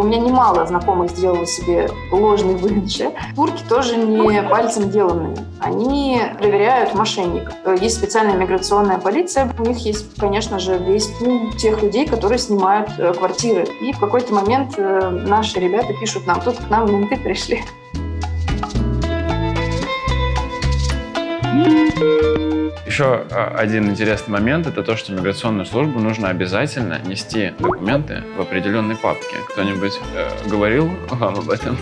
меня немало знакомых сделало себе ложный ВНЖ. Турки тоже не пальцем деланные. Они проверяют мошенников. Есть специальная миграционная полиция. У них есть, конечно же, весь пул тех людей, которые снимают квартиры. И в какой-то момент наши ребята пишут нам: тут к нам менты пришли. Еще один интересный момент – это то, что в миграционную службу нужно обязательно нести документы в определенной папке. Кто-нибудь говорил вам об этом?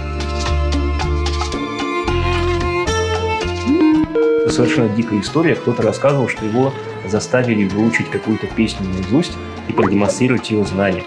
Это совершенно дикая история. Кто-то рассказывал, что его заставили выучить какую-то песню наизусть и продемонстрировать ее знания.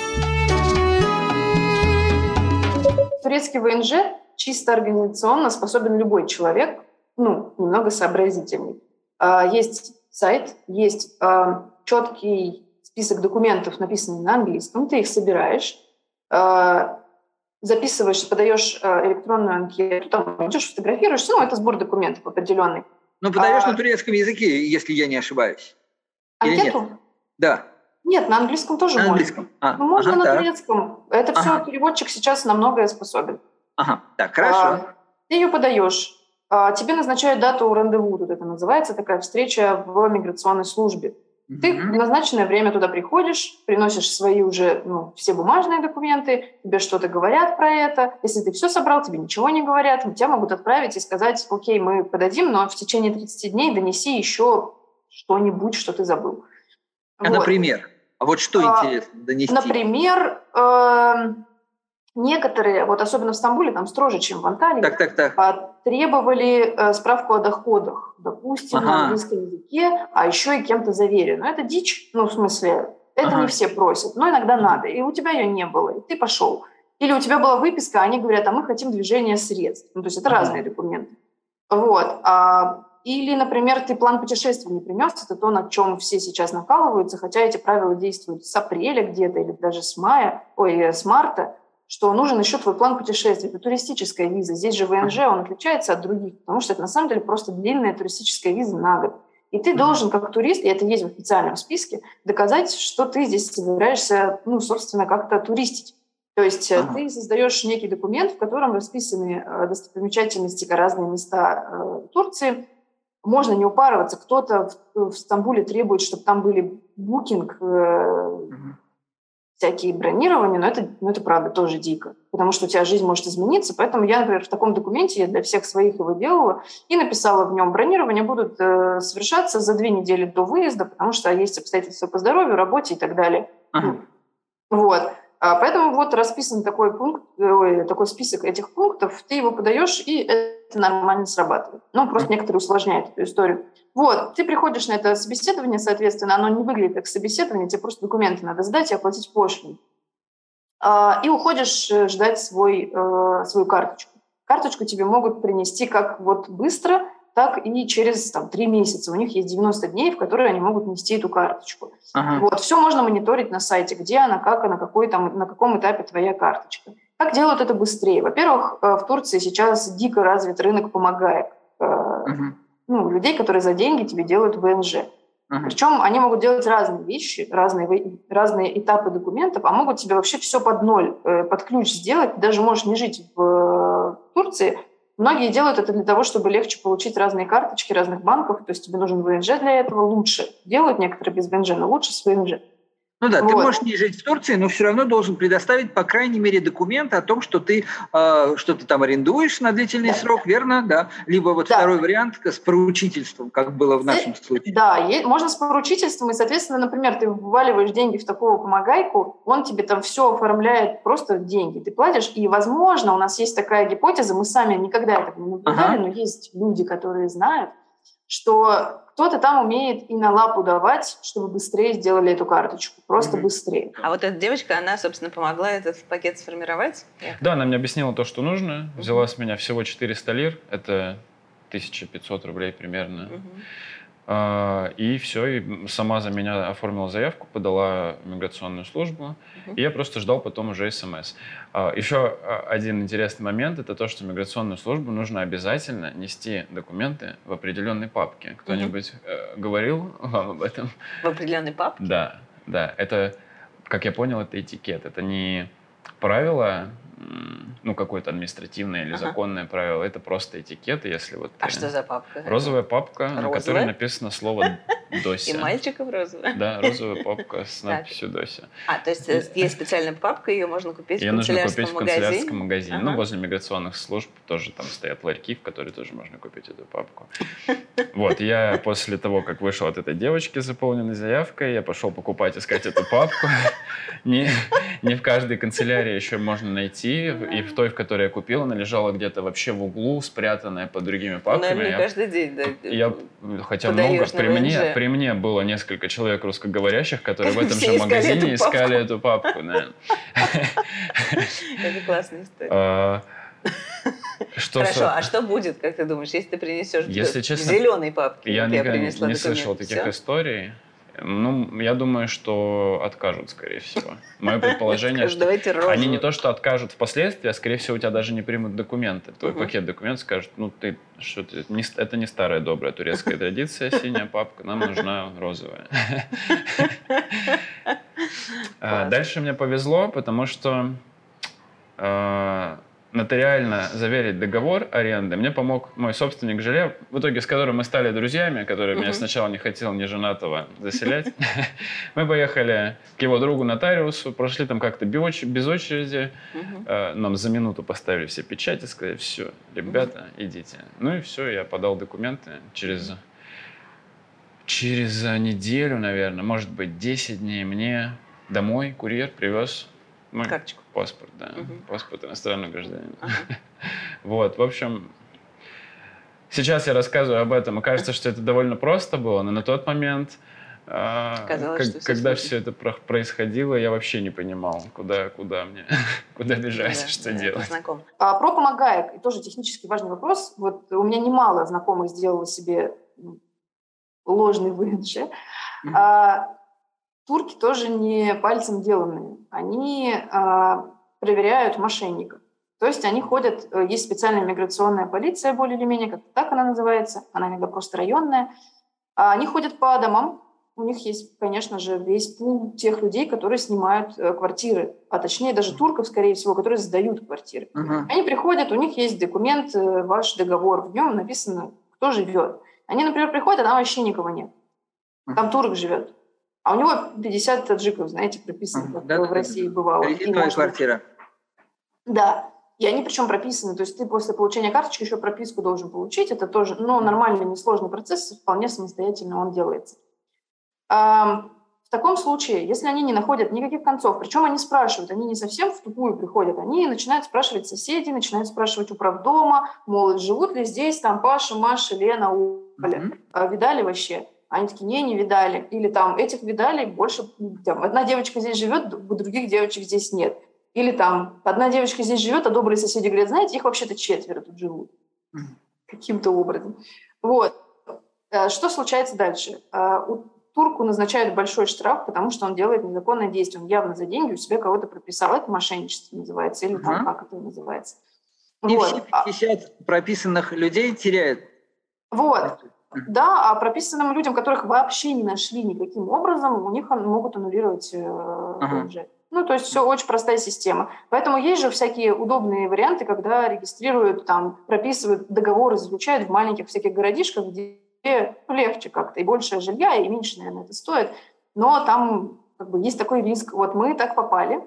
Турецкий ВНЖ чисто организационно способен любой человек, немного сообразительный. Есть сайт, есть четкий список документов, написанный на английском. Ты их собираешь, записываешь, подаешь электронную анкету, там идешь, фотографируешь. Это сбор документов определенный. Подаешь на турецком языке, если я не ошибаюсь. Анкету? Нет? Да. Нет, на английском тоже можно. Английском. Можно на турецком. Это все переводчик сейчас на многое способен. Так, хорошо. Ты ее подаешь. Тебе назначают дату рандеву, тут это называется, такая встреча в миграционной службе. Ты в назначенное время туда приходишь, приносишь свои уже все бумажные документы, тебе что-то говорят про это. Если ты все собрал, тебе ничего не говорят, тебя могут отправить и сказать: окей, мы подадим, но в течение 30 дней донеси еще что-нибудь, что ты забыл. Например? А вот что интересно донести? Например, некоторые, особенно в Стамбуле, там строже, чем в Анталии, требовали справку о доходах, допустим, на английском языке, а еще и кем-то заверено. Это дичь, в смысле, это не все просят, но иногда надо, и у тебя ее не было, и ты пошел. Или у тебя была выписка, а они говорят: а мы хотим движение средств. То есть это разные документы. Или, например, ты план путешествия не принес, это то, на чем все сейчас накалываются, хотя эти правила действуют с апреля где-то или даже с марта, что нужен еще твой план путешествия. Это туристическая виза. Здесь же ВНЖ, он отличается от других, потому что это на самом деле просто длинная туристическая виза на год. И ты должен, как турист, и это есть в официальном списке, доказать, что ты здесь собираешься, собственно, как-то туристить. То есть ты создаешь некий документ, в котором расписаны достопримечательности, разные места Турции. Можно не упарываться. Кто-то в Стамбуле требует, чтобы там были букинг, всякие бронирования, но это правда тоже дико, потому что у тебя жизнь может измениться. Поэтому я, например, в таком документе, я для всех своих его делала и написала в нем: бронирования будут совершаться за 2 недели до выезда, потому что есть обстоятельства по здоровью, работе и так далее. Поэтому расписан такой список этих пунктов, ты его подаешь, и это нормально срабатывает. Просто некоторые усложняют эту историю. Ты приходишь на это собеседование, соответственно, оно не выглядит как собеседование, тебе просто документы надо сдать и оплатить пошлину. И уходишь ждать свою карточку. Карточку тебе могут принести как быстро, так и через 3 месяца. У них есть 90 дней, в которые они могут нести эту карточку. Все можно мониторить на сайте, где она, как она, на каком этапе твоя карточка. Как делают это быстрее? Во-первых, в Турции сейчас дико развит рынок помогаек. Людей, которые за деньги тебе делают ВНЖ. Причем они могут делать разные вещи, разные этапы документов, а могут тебе вообще все под ноль, под ключ сделать. Ты даже можешь не жить в Турции. Многие делают это для того, чтобы легче получить разные карточки разных банков. То есть тебе нужен ВНЖ для этого. Лучше делают некоторые без ВНЖ, но лучше с ВНЖ. Ты можешь не жить в Турции, но все равно должен предоставить, по крайней мере, документ о том, что ты что-то там арендуешь на длительный срок, верно? Да. Либо второй вариант с поручительством, как было в нашем случае. Да, можно с поручительством, и, соответственно, например, ты вваливаешь деньги в такого помогайку, он тебе там все оформляет, просто деньги ты платишь, и, возможно, у нас есть такая гипотеза, мы сами никогда этого не наблюдали, но есть люди, которые знают, что кто-то там умеет и на лапу давать, чтобы быстрее сделали эту карточку. Просто быстрее. А эта девочка, она, собственно, помогла этот пакет сформировать? Да, она мне объяснила то, что нужно. Взяла с меня всего 400 лир. Это 1500 рублей примерно. И все, и сама за меня оформила заявку, подала в миграционную службу, и я просто ждал потом уже СМС. Еще один интересный момент – это то, что в миграционную службу нужно обязательно нести документы в определенной папке. Кто-нибудь говорил вам об этом? В определенной папке? Да. Это, как я понял, это этикет. Это не правило, ну, какое-то административное или законное правило, это просто этикеты, если вот... А что за папка? Розовая папка, на которой написано слово «Дося». И мальчиков розовая? Да, розовая папка с надписью «Дося». То есть есть специальная папка, ее можно купить в канцелярском магазине. Ага. Ну, возле миграционных служб тоже там стоят ларьки, в которые тоже можно купить эту папку. Вот, я после того, как вышел от этой девочки с заполненной заявкой, я пошел покупать, искать эту папку. Не в каждой канцелярии еще можно найти. И в той, в которой я купил, она лежала где-то вообще в углу, спрятанная под другими папками. Наверное, каждый день, да. Хотя много, при мне было несколько человек русскоговорящих, которые в этом же магазине искали эту папку. Это классная история. Хорошо, а что будет, как ты думаешь, если ты принесешь в зеленой папке? Я не слышал таких историй. Ну, я думаю, что откажут, скорее всего. Мое предположение, что они не то, что откажут впоследствии, а, скорее всего, у тебя даже не примут документы. Твой пакет документов скажут, ну, это не старая добрая турецкая традиция, синяя папка, нам нужна розовая. Дальше мне повезло, потому что нотариально заверить договор аренды мне помог мой собственник жилья, в итоге с которым мы стали друзьями, который меня сначала не хотел ни женатого заселять. Мы поехали к его другу нотариусу, прошли там как-то без очереди, нам за минуту поставили все печати, сказали, все, ребята, идите. Ну и все, я подал документы через неделю, наверное, может быть, 10 дней мне домой курьер привез мой карточку. Паспорт, да. Паспорт иностранного гражданина. Вот, в общем, сейчас я рассказываю об этом, и кажется, что это довольно просто было, но на тот момент, когда все это происходило, я вообще не понимал, куда мне, куда бежать, что делать. Про помогаек, и тоже технически важный вопрос. Вот у меня немало знакомых сделало себе ложный ВНЖ. Турки тоже не пальцем деланные. Они проверяют мошенников. То есть они ходят, есть специальная миграционная полиция, более или менее, как так она называется, она иногда просто районная. Они ходят по домам, у них есть, конечно же, весь пул тех людей, которые снимают квартиры, а точнее даже турков, скорее всего, которые сдают квартиры. Они приходят, у них есть документ, ваш договор, в нем написано, кто живет. Они, например, приходят, а там вообще никого нет. Там турок живет. А у него 50 таджиков, знаете, прописано, как в России бывало. Кредитная квартира. Да. И они причем прописаны. То есть ты после получения карточки еще прописку должен получить. Это тоже нормальный, несложный процесс, вполне самостоятельно он делается. В таком случае, если они не находят никаких концов, причем они спрашивают, они не совсем в тупую приходят, они начинают спрашивать соседей, начинают спрашивать управдома, мол, живут ли здесь там Паша, Маша, Лена, Оля. Видали вообще? Они такие, не видали. Или там, этих видали, больше... Там, одна девочка здесь живет, других девочек здесь нет. Или там, одна девочка здесь живет, а добрые соседи говорят, знаете, их вообще-то 4 тут живут. Каким-то образом. Вот. Что случается дальше? Турку назначают большой штраф, потому что он делает незаконное действие. Он явно за деньги у себя кого-то прописал. Это мошенничество называется. Или там, как это называется. И вот. Все 50 прописанных людей теряют. Вот. Да, а прописанным людям, которых вообще не нашли никаким образом, у них могут аннулировать ВНЖ. Ну, то есть все очень простая система. Поэтому есть же всякие удобные варианты, когда регистрируют, там, прописывают договоры, заключают в маленьких всяких городишках, где легче как-то, и больше жилья, и меньше, наверное, это стоит. Но там как бы есть такой риск. Вот мы так попали.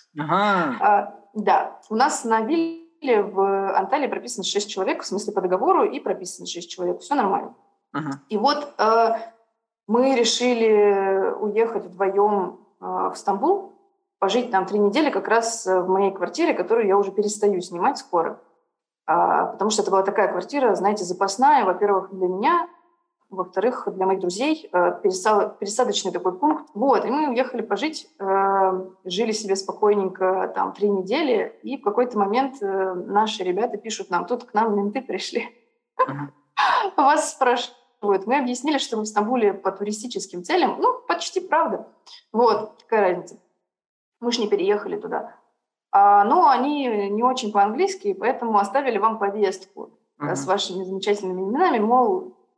Да, у нас на вилле в Анталии прописано 6 человек, в смысле по договору, и прописано 6 человек. Все нормально. И вот мы решили уехать вдвоем в Стамбул, пожить там 3 недели как раз в моей квартире, которую я уже перестаю снимать скоро. Потому что это была такая квартира, знаете, запасная, во-первых, для меня, во-вторых, для моих друзей, пересадочный такой пункт. Вот, и мы уехали пожить, жили себе спокойненько там 3 недели, и в какой-то момент наши ребята пишут нам, тут к нам менты пришли. Вас спрашивают. Мы объяснили, что мы в Стамбуле по туристическим целям. Ну, почти правда. Вот, какая разница. Мы же не переехали туда. Но они не очень по-английски, поэтому оставили вам повестку с вашими замечательными именами, мол,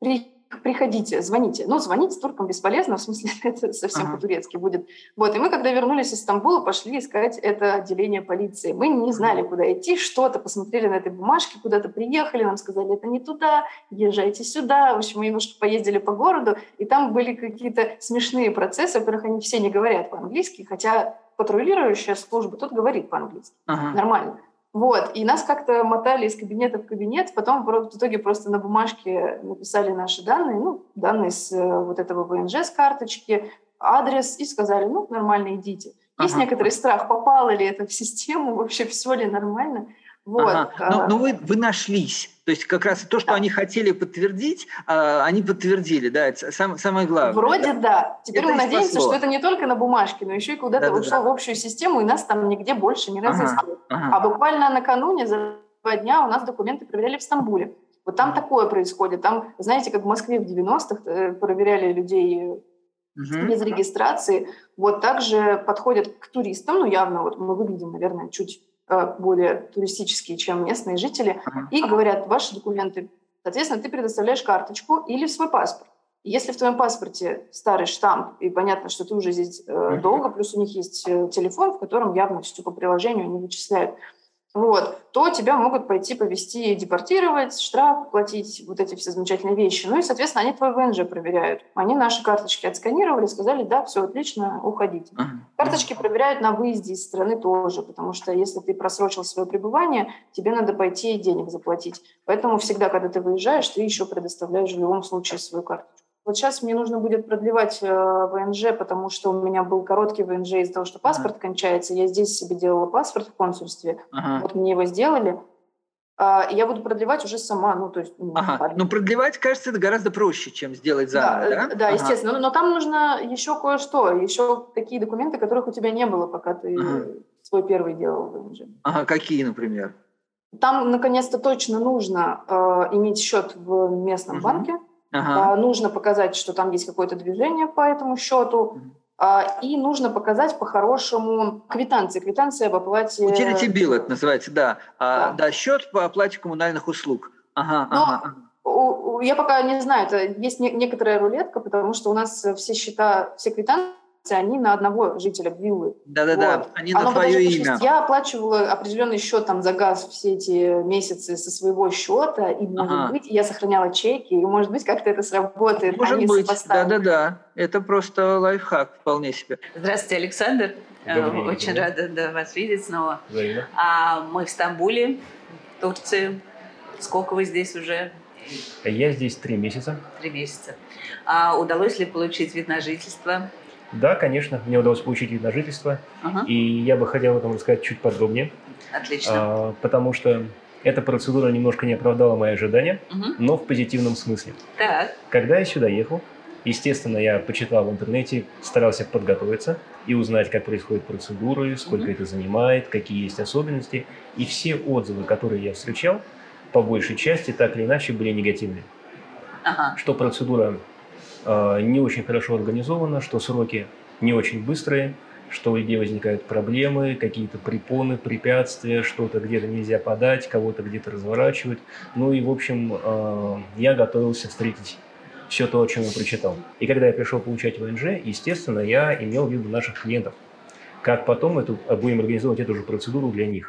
приходите, звоните. Ну, звонить туркам бесполезно, в смысле, это совсем по-турецки будет. Вот, и мы, когда вернулись из Стамбула, пошли искать это отделение полиции. Мы не знали, куда идти, что-то посмотрели на этой бумажке, куда-то приехали, нам сказали, это не туда, езжайте сюда. В общем, мы немножко поездили по городу, и там были какие-то смешные процессы. Во-первых, они все не говорят по-английски, хотя патрулирующая служба тут говорит по-английски. Нормально. Вот, и нас как-то мотали из кабинета в кабинет, потом в итоге просто на бумажке написали наши данные, ну, данные с вот этого ВНЖ, с карточки, адрес, и сказали, ну, нормально, идите. Есть некоторый страх, попало ли это в систему, вообще все ли нормально. Вот. Но вы нашлись. То есть как раз то, что они хотели подтвердить, они подтвердили, да, это самое главное. Вроде да. Теперь мы надеемся, что это не только на бумажке, но еще и куда-то ушло в общую систему, и нас там нигде больше не разыскивают. А буквально накануне, за 2 дня, у нас документы проверяли в Стамбуле. Вот там такое происходит. Там, знаете, как в Москве в 90-х проверяли людей без регистрации. Вот так же подходят к туристам, ну явно вот мы выглядим, наверное, чуть более туристические, чем местные жители, и говорят, ваши документы. Соответственно, ты предоставляешь карточку или свой паспорт. И если в твоем паспорте старый штамп, и понятно, что ты уже здесь долго, плюс у них есть телефон, в котором явно все по приложению они вычисляют, вот, то тебя могут пойти повезти, депортировать, штраф платить, вот эти все замечательные вещи. Ну и, соответственно, они твой ВНЖ проверяют. Они наши карточки отсканировали, сказали, да, все отлично, уходите. Карточки проверяют на выезде из страны тоже, потому что если ты просрочил свое пребывание, тебе надо пойти и денег заплатить. Поэтому всегда, когда ты выезжаешь, ты еще предоставляешь в любом случае свою карточку. Вот сейчас мне нужно будет продлевать ВНЖ, потому что у меня был короткий ВНЖ из-за того, что паспорт кончается. Я здесь себе делала паспорт в консульстве. Вот мне его сделали. И я буду продлевать уже сама. Ну, то есть, Но продлевать, кажется, это гораздо проще, чем сделать заново, да? Да, естественно. Но там нужно еще кое-что. Еще такие документы, которых у тебя не было, пока ты свой первый делал ВНЖ. Какие, например? Там, наконец-то, точно нужно иметь счет в местном банке. Нужно показать, что там есть какое-то движение по этому счету. И нужно показать по-хорошему квитанции. Квитанция об оплате... Utility bill это называется, да. Да, счет по оплате коммунальных услуг. Я пока не знаю, это есть некоторая рулетка, потому что у нас все счета, все квитанции, они на одного жителя виллы. Да-да-да, вот. они на твое имя. Я оплачивала определенный счет там за газ все эти месяцы со своего счета, и, может быть, я сохраняла чеки, и, может быть, как-то это сработает. Может быть, да-да-да. Это просто лайфхак вполне себе. Здравствуйте, Александр. Очень рада вас видеть снова. Взаимно. Мы в Стамбуле, в Турции. Сколько вы здесь уже? Я здесь 3 месяца. 3 месяца. Удалось ли получить вид на жительство? Да, конечно, мне удалось получить вид на жительство, и я бы хотел об этом рассказать чуть подробнее. Отлично. Потому что эта процедура немножко не оправдала мои ожидания, но в позитивном смысле. Так. Когда я сюда ехал, естественно, я почитал в интернете, старался подготовиться и узнать, как происходят процедуры, сколько это занимает, какие есть особенности. И все отзывы, которые я встречал, по большей части, так или иначе, были негативные. Что процедура не очень хорошо организовано, что сроки не очень быстрые, что у людей возникают проблемы, какие-то препоны, препятствия, что-то где-то нельзя подать, кого-то где-то разворачивать. Ну и, в общем, я готовился встретить все то, о чем я прочитал. И когда я пришел получать ВНЖ, естественно, я имел в виду наших клиентов. Как потом будем организовывать эту же процедуру для них.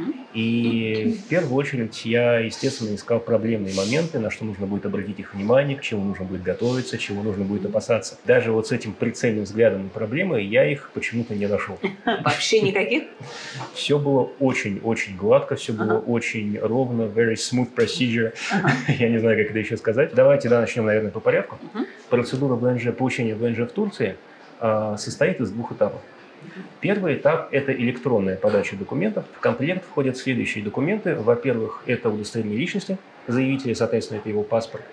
И в первую очередь я, естественно, искал проблемные моменты, на что нужно будет обратить их внимание, к чему нужно будет готовиться, чего нужно будет опасаться. Даже вот с этим прицельным взглядом на проблемы я их почему-то не нашел. Вообще никаких? Все было очень-очень гладко, все было очень ровно, very smooth procedure. Я не знаю, как это еще сказать. Давайте начнем, наверное, по порядку. Процедура получения ВНЖ в Турции состоит из 2 этапов. Первый этап – это электронная подача документов. В комплект входят следующие документы. Во-первых, это удостоверение личности заявителя, соответственно, это его паспорт.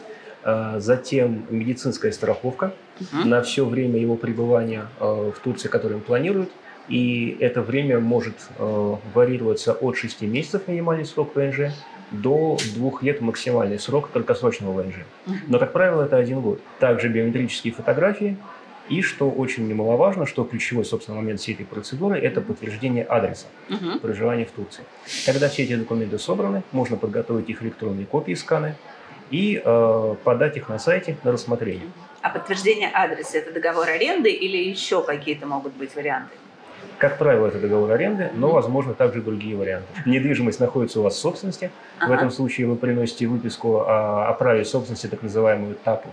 Затем медицинская страховка на все время его пребывания в Турции, которое он планирует. И это время может варьироваться от 6 месяцев минимальный срок ВНЖ до 2 лет максимальный срок краткосрочного ВНЖ. Но, как правило, это 1 год. Также биометрические фотографии. И, что очень немаловажно, что ключевой, собственно, момент всей этой процедуры – это подтверждение адреса проживания в Турции. Когда все эти документы собраны, можно подготовить их электронные копии, сканы, и подать их на сайте на рассмотрение. А подтверждение адреса – это договор аренды или еще какие-то могут быть варианты? Как правило, это договор аренды, но, возможно, также другие варианты. Недвижимость находится у вас в собственности. В этом случае вы приносите выписку о праве собственности, так называемую ТАПу.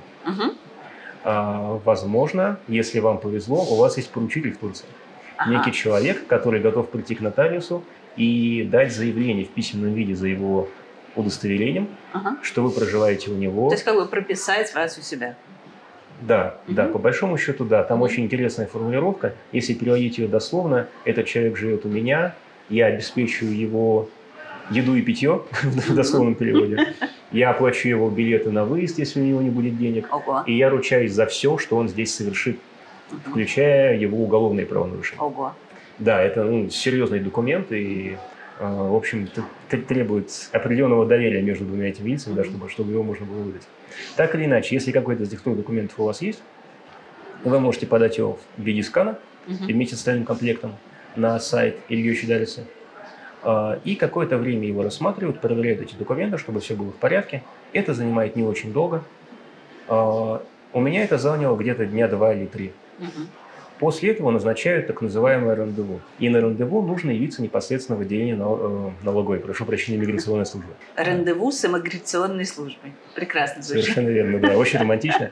Возможно, если вам повезло, у вас есть поручитель в Турции. Некий человек, который готов прийти к нотариусу и дать заявление в письменном виде за его удостоверением, что вы проживаете у него. То есть как бы прописать вас у себя? Да, да, по большому счету, да. Там очень интересная формулировка. Если переводить ее дословно, этот человек живет у меня, я обеспечиваю его еду и питье в дословном переводе. Я оплачу его билеты на выезд, если у него не будет денег. И я ручаюсь за все, что он здесь совершит, включая его уголовные правонарушения. Да, это серьезный документ и, в общем, требует определенного доверия между двумя этими лицами, да, чтобы его можно было выдать. Так или иначе, если какой-то из этих двух документов у вас есть, вы можете подать его в виде скана вместе с остальным комплектом на сайт Ильи Чудалиса. И какое-то время его рассматривают, проверяют эти документы, чтобы все было в порядке. Это занимает не очень долго. У меня это заняло где-то дня 2 или 3. После этого назначают так называемое рандеву. И на рандеву нужно явиться непосредственно в отделение налоговой, прошу прощения, миграционной службы. Рандеву с иммиграционной службой. Прекрасно звучит. Совершенно верно, да. Очень романтично.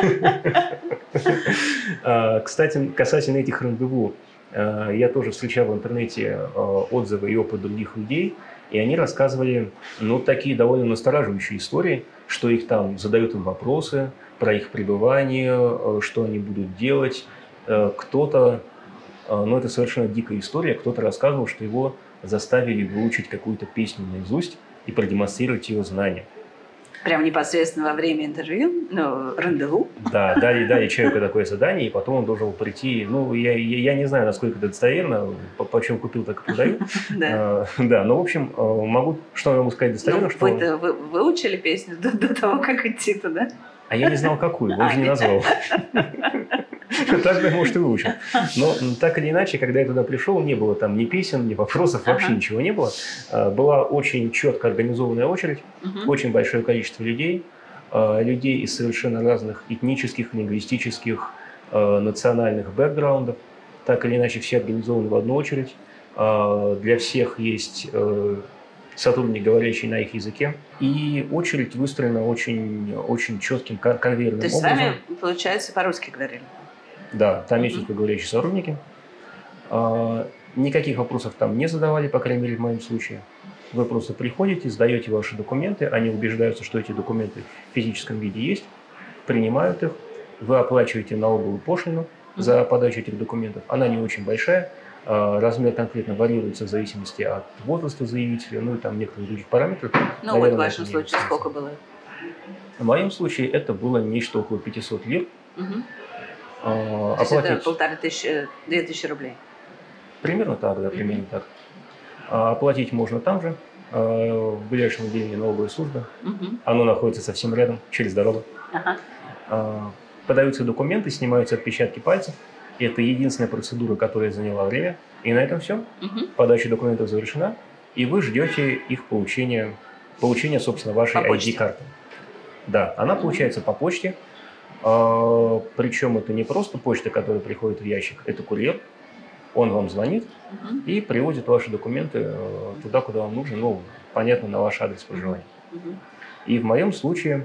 Кстати, касательно этих рандеву, я тоже встречал в интернете отзывы и опыт других людей, и они рассказывали, такие довольно настораживающие истории, что их там задают им вопросы про их пребывание, что они будут делать. Кто-то, это совершенно дикая история, кто-то рассказывал, что его заставили выучить какую-то песню наизусть и продемонстрировать ее знания. Прямо непосредственно во время интервью, рандеву? Да, дали человеку такое задание, и потом он должен был прийти. Я не знаю, насколько это достоверно, почем купил, так и продаю. Да, в общем, что я могу сказать достоверно, что... Вы выучили песню до того, как идти туда? А я не знал, какую, он же не назвал. Так бы, может, и выучил. Но так или иначе, когда я туда пришел, не было там ни песен, ни вопросов, вообще ничего не было. Была очень четко организованная очередь, очень большое количество людей из совершенно разных этнических, лингвистических, национальных бэкграундов. Так или иначе, все организованы в одну очередь. Для всех есть сотрудник, говорящий на их языке. И очередь выстроена очень, очень четким конвейерным образом. То есть с вами, получается, по-русски говорили? Да, там есть русскоговорящие сотрудники. Никаких вопросов там не задавали, по крайней мере, в моем случае. Вы просто приходите, сдаете ваши документы, они убеждаются, что эти документы в физическом виде есть, принимают их, вы оплачиваете налоговую пошлину за подачу этих документов. Она не очень большая, размер конкретно варьируется в зависимости от возраста заявителя, и там некоторых других параметров. Наверное, в вашем случае сколько было? В моем случае это было нечто около 500 лир. То есть это 1500-2000 рублей? Примерно так, да, примерно так. Оплатить можно там же, в ближайшем отделении налоговой службы. Оно находится совсем рядом, через дорогу. Подаются документы, снимаются отпечатки пальцев. Это единственная процедура, которая заняла время. И на этом все. Подача документов завершена. И вы ждете их получения, собственно, вашей ID-карты. Да, она получается по почте. Причем это не просто почта, которая приходит в ящик, это курьер. Он вам звонит и привозит ваши документы туда, куда вам нужно, понятно, на ваш адрес проживания. И в моем случае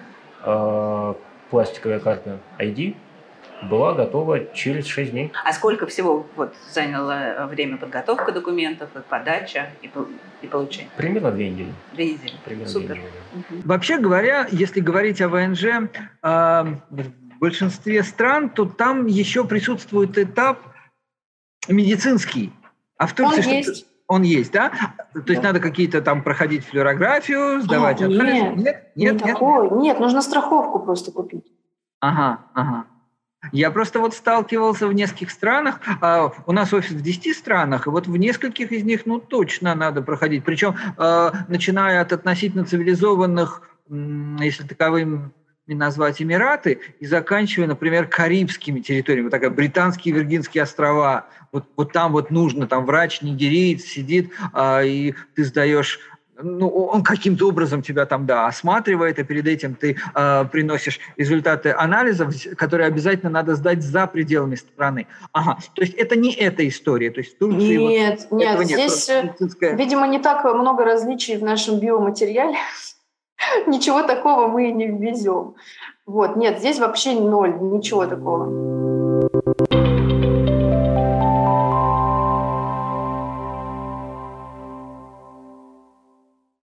пластиковая карта ID была готова через 6 дней. А сколько всего заняло время подготовка документов, подача и получение? Примерно 2 недели. 2 недели. Примерно Супер. 2 недели. Вообще говоря, если говорить о ВНЖ, в большинстве стран, то там еще присутствует этап медицинский. А в Турции он есть, да? То есть надо какие-то там проходить флюорографию, сдавать анализ? Нет, нужно страховку просто купить. Ага. Я просто сталкивался в нескольких странах. У нас офис в 10 странах, и в нескольких из них, точно надо проходить. Причем, начиная от относительно цивилизованных, если таковыми назвать Эмираты, и заканчивая, например, Карибскими территориями. Такая Британские Виргинские острова. Там нужно, там врач нигериец сидит, и ты сдаешь он каким-то образом тебя там, осматривает, и перед этим ты приносишь результаты анализов, которые обязательно надо сдать за пределами страны. Ага, то есть это не эта история. То есть в Турции нет. Здесь, видимо, не так много различий в нашем биоматериале. Ничего такого мы не ввезем. Нет, здесь вообще ноль, ничего такого.